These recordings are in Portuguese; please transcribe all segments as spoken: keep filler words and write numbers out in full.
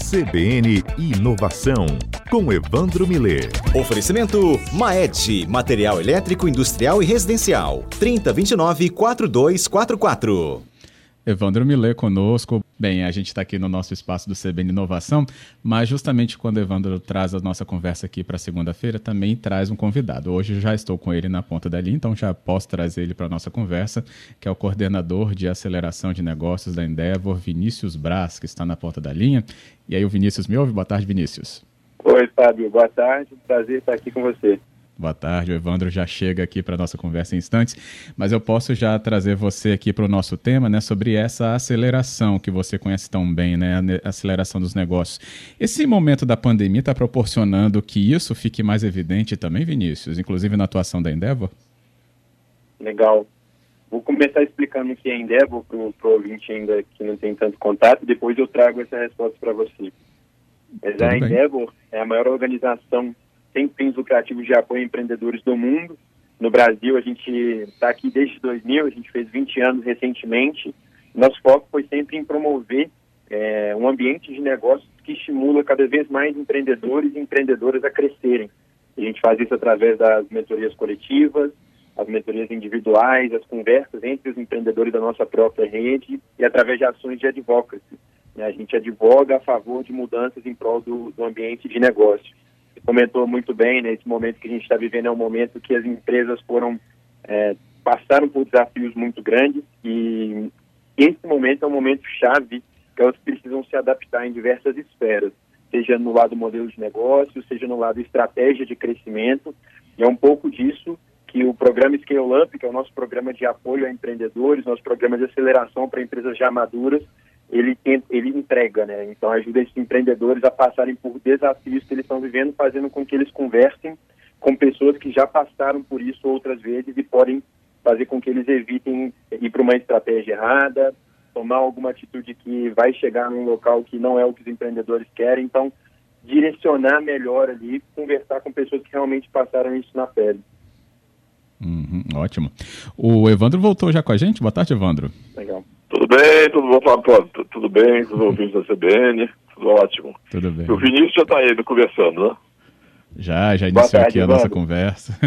C B N Inovação, com Evandro Miller. Oferecimento Maed, material elétrico, industrial e residencial. trinta, vinte e nove, quarenta e dois quarenta e quatro. Evandro Miller conosco. Bem, a gente está aqui no nosso espaço do C B N Inovação, mas justamente quando o Evandro traz a nossa conversa aqui para segunda-feira, também traz um convidado. Hoje eu já estou com ele na ponta da linha, então já posso trazer ele para a nossa conversa, que é o coordenador de aceleração de negócios da Endeavor, Vinícius Braz, que está na ponta da linha. E aí o Vinícius me ouve? Boa tarde, Vinícius. Oi, Fábio. Boa tarde. Prazer estar aqui com você. Boa tarde, o Evandro já chega aqui para a nossa conversa em instantes, mas eu posso já trazer você aqui para o nosso tema, né, sobre essa aceleração que você conhece tão bem, né, a aceleração dos negócios. Esse momento da pandemia está proporcionando que isso fique mais evidente também, Vinícius, inclusive na atuação da Endeavor? Legal. Vou começar explicando o que é Endeavor para o ouvinte ainda que não tem tanto contato, depois eu trago essa resposta para você. Mas a Endeavor é a maior organização sem fins lucrativos de apoio a empreendedores do mundo. No Brasil, a gente está aqui desde dois mil, a gente fez vinte anos recentemente. Nosso foco foi sempre em promover é, um ambiente de negócios que estimula cada vez mais empreendedores e empreendedoras a crescerem. A gente faz isso através das mentorias coletivas, as mentorias individuais, as conversas entre os empreendedores da nossa própria rede e através de ações de advocacy. A gente advoga a favor de mudanças em prol do, do ambiente de negócio. Você comentou muito bem, né, esse momento que a gente está vivendo é um momento que as empresas foram, é, passaram por desafios muito grandes e esse momento é um momento chave que elas precisam se adaptar em diversas esferas, seja no lado modelo de negócio, seja no lado estratégia de crescimento, e é um pouco disso que o programa Scale Up, que é o nosso programa de apoio a empreendedores, nosso programa de aceleração para empresas já maduras, ele, tem, ele entrega, né? Então ajuda esses empreendedores a passarem por desafios que eles estão vivendo, fazendo com que eles conversem com pessoas que já passaram por isso outras vezes e podem fazer com que eles evitem ir para uma estratégia errada, tomar alguma atitude que vai chegar num local que não é o que os empreendedores querem. Então, direcionar melhor ali, conversar com pessoas que realmente passaram isso na pele. Uhum, ótimo. O Evandro voltou já com a gente? Boa tarde, Evandro. Legal. Tudo bem, tudo bom, tudo bem, tudo ouvintes da C B N, tudo ótimo. Tudo bem. O Vinícius já está aí conversando, né? Já, já iniciou tarde, aqui a Evandro. Nossa conversa.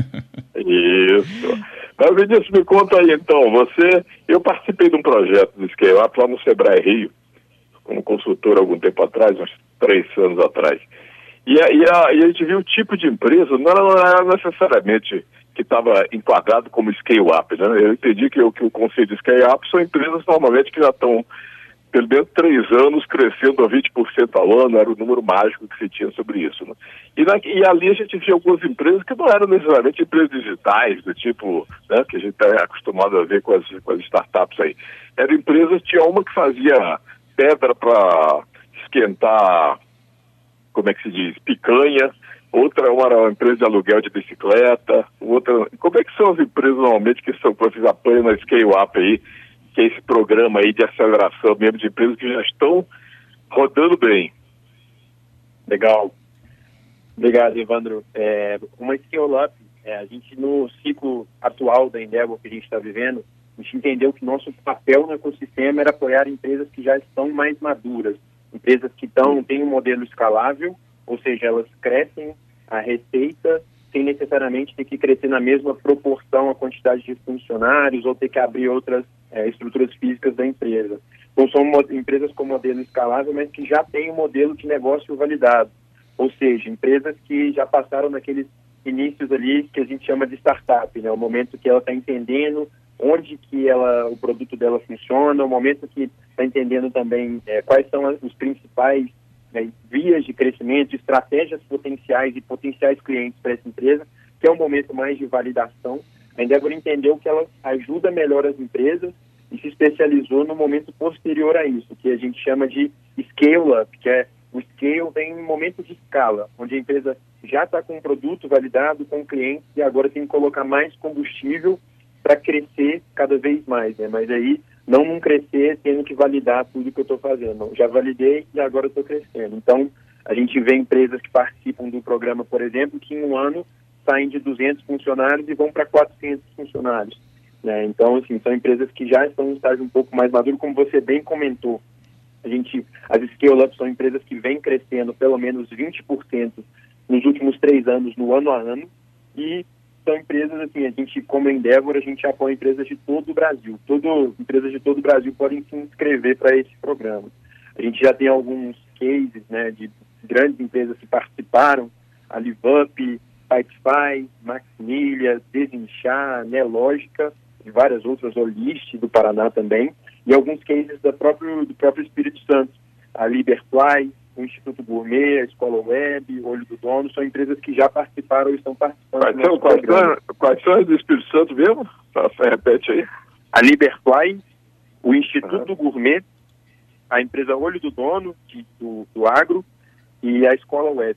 Isso. Mas, Vinícius, me conta aí então, você, eu participei de um projeto de Scale Up lá no Sebrae Rio, como consultor há algum tempo atrás, uns três anos atrás. E a, e a, e a gente viu o tipo de empresa, não era, não era necessariamente que estava enquadrado como scale-up, né? Eu entendi que, que o conceito de scale-up são empresas normalmente que já estão, pelo menos três anos, crescendo a vinte por cento ao ano, era o número mágico que se tinha sobre isso, né? E, na, e ali a gente via algumas empresas que não eram necessariamente empresas digitais, do tipo, né, que a gente está acostumado a ver com as, com as startups aí. Eram empresas, tinha uma que fazia pedra para esquentar, como é que se diz, picanha, outra uma era uma empresa de aluguel de bicicleta, outra... Como é que são as empresas normalmente que são, que vocês apoiam na Scale Up aí, que é esse programa aí de aceleração mesmo de empresas que já estão rodando bem? Legal. Obrigado, Evandro. É, uma Scale Up, é, a gente no ciclo atual da Endeavor que a gente está vivendo, a gente entendeu que nosso papel no ecossistema era apoiar empresas que já estão mais maduras, empresas que tão, têm um modelo escalável, ou seja, elas crescem a receita sem necessariamente ter que crescer na mesma proporção a quantidade de funcionários ou ter que abrir outras é, estruturas físicas da empresa. Então, são empresas com modelo escalável, mas que já têm um modelo de negócio validado. Ou seja, empresas que já passaram naqueles inícios ali que a gente chama de startup, né? O momento que ela está entendendo onde que ela, o produto dela funciona, o momento que está entendendo também é, quais são os principais Né, vias de crescimento, estratégias potenciais e potenciais clientes para essa empresa, que é um momento mais de validação. A Endeavor entendeu que ela ajuda melhor as empresas e se especializou no momento posterior a isso, que a gente chama de scale-up, que é o scale vem em momento de escala, onde a empresa já está com um produto validado, com clientes, e agora tem que colocar mais combustível para crescer cada vez mais, né? Mas aí não não crescer tendo que validar tudo que eu estou fazendo. Já validei e agora estou crescendo. Então, a gente vê empresas que participam do programa, por exemplo, que em um ano saem de duzentos funcionários e vão para quatrocentos funcionários, né? Então, assim, são empresas que já estão em um estágio um pouco mais maduro, como você bem comentou. A gente, as scale-ups são empresas que vêm crescendo pelo menos vinte por cento nos últimos três anos, no ano a ano, e são empresas, assim, a gente, como Endeavor, a gente apoia empresas de todo o Brasil. Todo, empresas de todo o Brasil podem se inscrever para esse programa. A gente já tem alguns cases, né, de grandes empresas que participaram, a LiveUp, Pipefy, Maximilha, Desinchar, Nelógica, e várias outras, Olist do Paraná também, e alguns cases da próprio, do próprio Espírito Santo, a Liberfly, o Instituto Gourmet, a Escola Web, Olho do Dono, são empresas que já participaram ou estão participando. Quais são, quais, são, quais são as do Espírito Santo mesmo? Você repete aí. A Liberfly, o Instituto ah. Gourmet, a empresa Olho do Dono, de, do, do agro, e a Escola Web.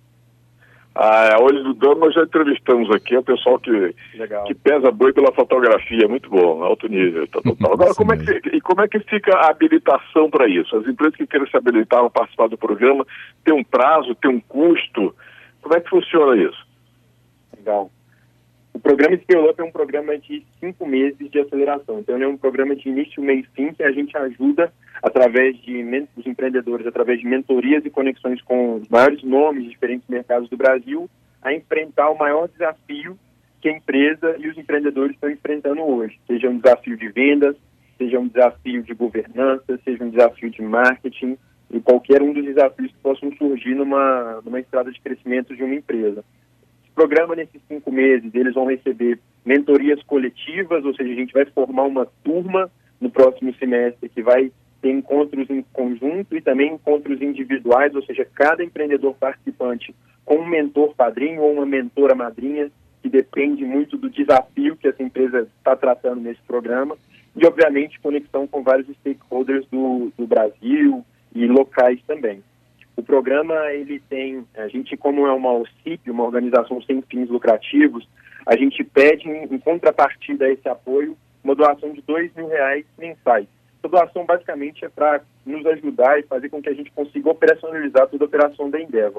A Olho do Dono nós já entrevistamos aqui, é o pessoal que, que pesa boi pela fotografia, muito bom, alto nível. Tá, total. Agora, como é, que, e como é que fica a habilitação para isso? As empresas que querem se habilitar a participar do programa, tem um prazo, tem um custo, como é que funciona isso? Legal. O programa Scale Up é um programa de cinco meses de aceleração, então ele é um programa de início, meio e fim, que a gente ajuda através de os empreendedores, através de mentorias e conexões com os maiores nomes de diferentes mercados do Brasil, a enfrentar o maior desafio que a empresa e os empreendedores estão enfrentando hoje. Seja um desafio de vendas, seja um desafio de governança, seja um desafio de marketing e qualquer um dos desafios que possam surgir numa, numa estrada de crescimento de uma empresa. Esse programa, nesses cinco meses, eles vão receber mentorias coletivas, ou seja, a gente vai formar uma turma no próximo semestre que vai ter encontros em conjunto e também encontros individuais, ou seja, cada empreendedor participante com um mentor padrinho ou uma mentora madrinha, que depende muito do desafio que essa empresa está tratando nesse programa, e obviamente conexão com vários stakeholders do, do Brasil e locais também. O programa, ele tem, a gente, como é uma O C I P, uma organização sem fins lucrativos, a gente pede em, em contrapartida a esse apoio uma doação de dois mil reais mensais. Essa doação basicamente é para nos ajudar e fazer com que a gente consiga operacionalizar toda a operação da Endeavor.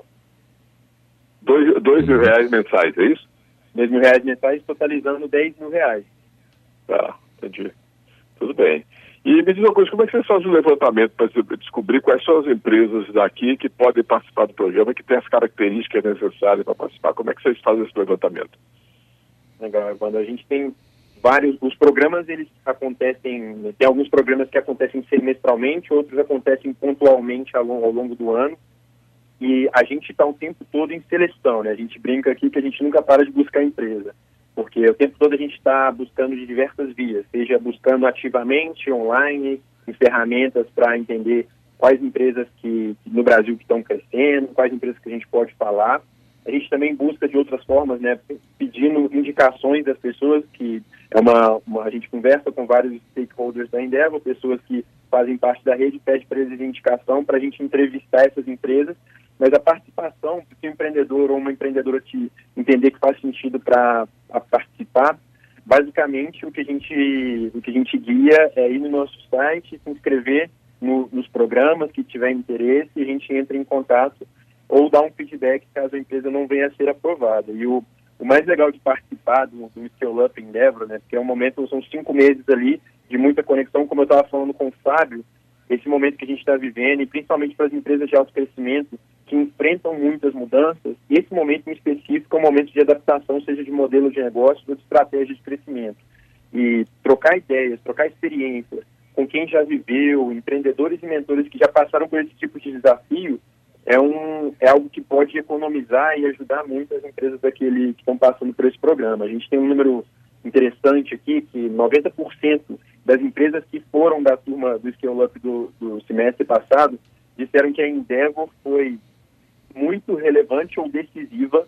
Dois, dois mil reais mensais, é isso? Dois mil reais mensais, totalizando dez mil reais. Tá, entendi. Tudo bem. E me diz uma coisa, como é que vocês fazem o levantamento para descobrir quais são as empresas daqui que podem participar do programa, que têm as características necessárias para participar? Como é que vocês fazem esse levantamento? Legal, quando a gente tem vários, os programas, eles acontecem, tem alguns programas que acontecem semestralmente, outros acontecem pontualmente ao longo, ao longo do ano, e a gente está o tempo todo em seleção, né? A gente brinca aqui que a gente nunca para de buscar empresa, porque o tempo todo a gente está buscando de diversas vias, seja buscando ativamente, online, em ferramentas para entender quais empresas que, que no Brasil que estão crescendo, quais empresas que a gente pode falar. A gente também busca de outras formas, né, pedindo indicações das pessoas, que é uma, uma a gente conversa com vários stakeholders da Endeavor, pessoas que fazem parte da rede, pede para eles indicação para a gente entrevistar essas empresas, mas a participação, se um empreendedor ou uma empreendedora te entender que faz sentido para participar, basicamente o que a gente o que a gente guia é ir no nosso site, se inscrever no, nos programas que tiver interesse, e a gente entra em contato ou dar um feedback caso a empresa não venha a ser aprovada. E o, o mais legal de participar do, do Scale Up Endeavor, né, porque é um momento, são cinco meses ali de muita conexão, como eu estava falando com o Fábio, esse momento que a gente está vivendo, e principalmente para as empresas de alto crescimento, que enfrentam muitas mudanças, esse momento em específico é um momento de adaptação, seja de modelo de negócio ou de estratégia de crescimento. E trocar ideias, trocar experiências com quem já viveu, empreendedores e mentores que já passaram por esse tipo de desafio, É, um, é algo que pode economizar e ajudar muito as empresas daquele, que estão passando por esse programa. A gente tem um número interessante aqui, que noventa por cento das empresas que foram da turma do Scale Up do, do semestre passado disseram que a Endeavor foi muito relevante ou decisiva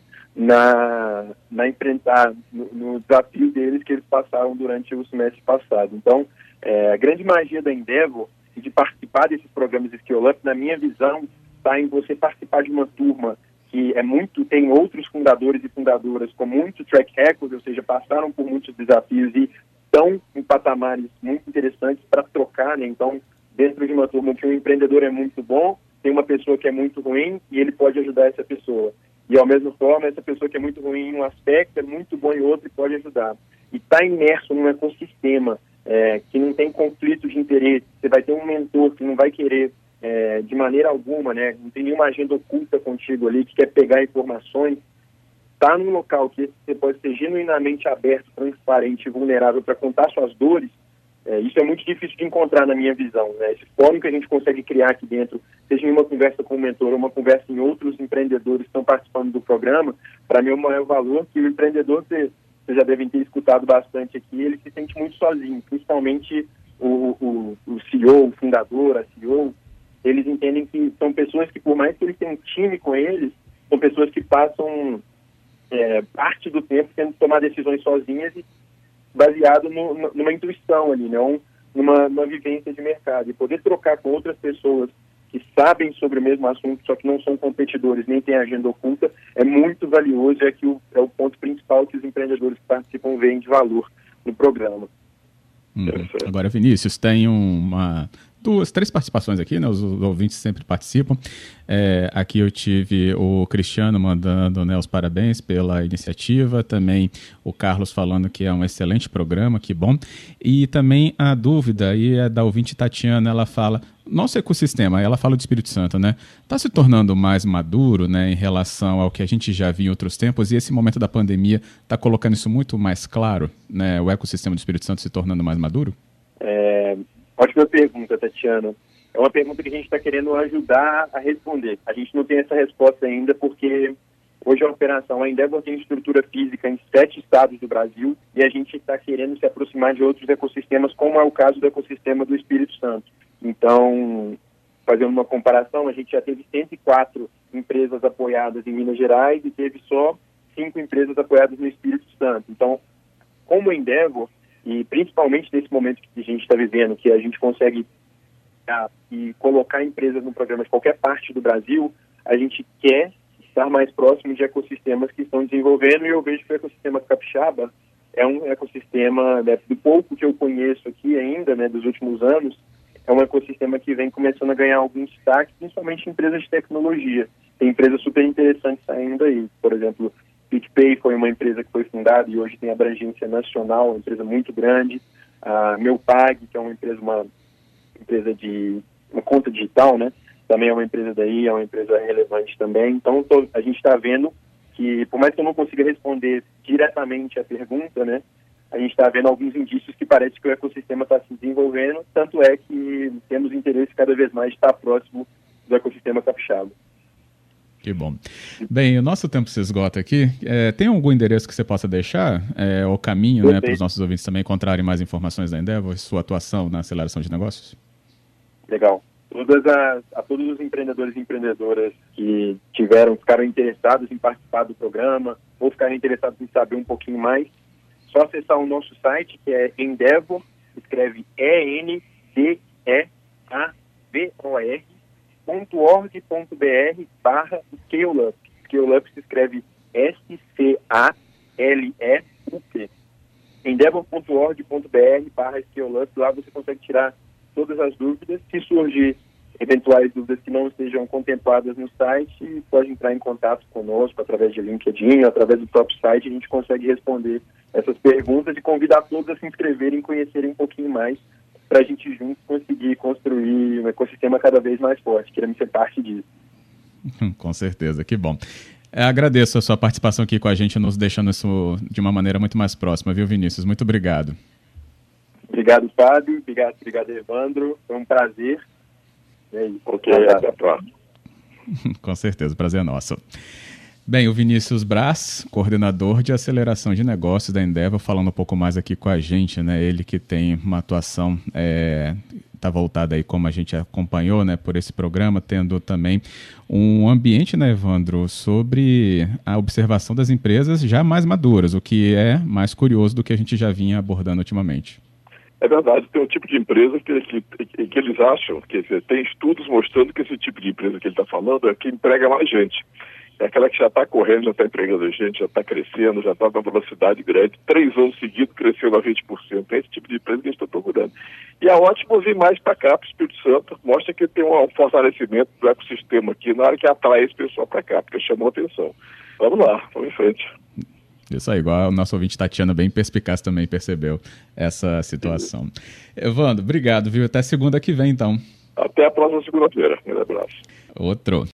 na, na enfrentar, no, no desafio deles que eles passaram durante o semestre passado. Então, é, a grande magia da Endeavor e de participar desses programas de Scale Up, na minha visão, está em você participar de uma turma que é muito, tem outros fundadores e fundadoras com muito track record, ou seja, passaram por muitos desafios e estão em patamares muito interessantes para trocar, né? Então, dentro de uma turma que um empreendedor é muito bom, tem uma pessoa que é muito ruim e ele pode ajudar essa pessoa. E, ao mesmo tempo, essa pessoa que é muito ruim em um aspecto é muito bom em outro e pode ajudar. E está imerso num ecossistema é, que não tem conflito de interesse. Você vai ter um mentor que não vai querer é, de maneira alguma, né, não tem nenhuma agenda oculta contigo ali, que quer pegar informações, está num local que você pode ser genuinamente aberto, transparente e vulnerável para contar suas dores, é, isso é muito difícil de encontrar na minha visão, né? Esse fórum que a gente consegue criar aqui dentro, seja em uma conversa com o mentor ou uma conversa em outros empreendedores que estão participando do programa, para mim é o maior valor que o empreendedor, vocês já devem ter escutado bastante aqui, ele se sente muito sozinho, principalmente o, o, o C E O, o fundador, a C E O, eles entendem que são pessoas que, por mais que eles tenham um time com eles, são pessoas que passam é, parte do tempo tendo que tomar decisões sozinhas e baseado no, numa intuição ali, não numa, numa vivência de mercado. E poder trocar com outras pessoas que sabem sobre o mesmo assunto, só que não são competidores, nem têm agenda oculta, é muito valioso e é, que o, é o ponto principal que os empreendedores que participam veem de valor no programa. Hum. Agora, Vinícius, tem uma... duas, três participações aqui, né? Os, os ouvintes sempre participam. É, aqui eu tive o Cristiano mandando, né, os parabéns pela iniciativa, também o Carlos falando que é um excelente programa, que bom. E também a dúvida aí é da ouvinte Tatiana, ela fala, nosso ecossistema, ela fala do Espírito Santo, né? Está se tornando mais maduro, né, em relação ao que a gente já viu em outros tempos, e esse momento da pandemia está colocando isso muito mais claro, né? O ecossistema do Espírito Santo se tornando mais maduro? É... Ótima pergunta, Tatiana. É uma pergunta que a gente está querendo ajudar a responder. A gente não tem essa resposta ainda porque hoje a operação, a Endeavor tem estrutura física em sete estados do Brasil e a gente está querendo se aproximar de outros ecossistemas, como é o caso do ecossistema do Espírito Santo. Então, fazendo uma comparação, a gente já teve cento e quatro empresas apoiadas em Minas Gerais e teve só cinco empresas apoiadas no Espírito Santo. Então, como Endeavor, e principalmente nesse momento que a gente está vivendo, que a gente consegue ah, e colocar empresas no programa de qualquer parte do Brasil, a gente quer estar mais próximo de ecossistemas que estão desenvolvendo, e eu vejo que o ecossistema capixaba é um ecossistema, né, do pouco que eu conheço aqui ainda, né, dos últimos anos, é um ecossistema que vem começando a ganhar algum destaque, principalmente em empresas de tecnologia. Tem empresas super interessantes saindo aí, por exemplo, PicPay foi uma empresa que foi fundada e hoje tem abrangência nacional, uma empresa muito grande. A Meupag, que é uma empresa, uma empresa de uma conta digital, né? Também é uma empresa daí, é uma empresa relevante também. Então, tô, a gente está vendo que, por mais que eu não consiga responder diretamente a pergunta, né? A gente está vendo alguns indícios que parece que o ecossistema está se desenvolvendo, tanto é que temos interesse cada vez mais de estar próximo do ecossistema capixaba. Que bom. Bem, o nosso tempo se esgota aqui. É, tem algum endereço que você possa deixar? É, o caminho, né, para os nossos ouvintes também encontrarem mais informações da Endeavor, sua atuação na aceleração de negócios? Legal. Todas as, a todos os empreendedores e empreendedoras que tiveram, ficaram interessados em participar do programa ou ficaram interessados em saber um pouquinho mais, só acessar o nosso site, que é Endeavor, escreve E N D E A V O R, .org.br barra ScaleUp. ScaleUp se escreve S C A L E U P. Endeavor.org.br barra ScaleUp. Lá você consegue tirar todas as dúvidas. Se surgir eventuais dúvidas que não estejam contempladas no site, pode entrar em contato conosco através de LinkedIn, através do próprio site. A gente consegue responder essas perguntas e convidar todos a se inscreverem e conhecerem um pouquinho mais, para a gente juntos conseguir construir um ecossistema cada vez mais forte. Queremos ser parte disso. Com certeza, que bom. Eu agradeço a sua participação aqui com a gente, nos deixando isso de uma maneira muito mais próxima, viu, Vinícius? Muito obrigado. Obrigado, Fábio. Obrigado, obrigado, Evandro. Foi um prazer. E aí, ok, até a próxima. Com certeza, o prazer é nosso. Bem, o Vinícius Braz, coordenador de aceleração de negócios da Endeavor, falando um pouco mais aqui com a gente, né? Ele que tem uma atuação, está é, voltada aí, como a gente acompanhou, né, por esse programa, tendo também um ambiente, né, Evandro, sobre a observação das empresas já mais maduras, o que é mais curioso do que a gente já vinha abordando ultimamente. É verdade, tem um tipo de empresa que, que, que eles acham, que tem estudos mostrando que esse tipo de empresa que ele está falando é que emprega mais gente. É aquela que já está correndo, já está empregando gente, já está crescendo, já está numa velocidade grande, três anos seguidos crescendo a vinte por cento. É esse tipo de empresa que a gente está procurando. E é ótimo vir mais para cá, para o Espírito Santo, mostra que tem um fortalecimento do ecossistema aqui na área que atrai esse pessoal para cá, porque chamou a atenção. Vamos lá, vamos em frente. Isso aí, igual o nosso ouvinte Tatiana, bem perspicaz também percebeu essa situação. Evandro, obrigado, viu? Até segunda que vem, então. Até a próxima segunda-feira. Um abraço. Outro.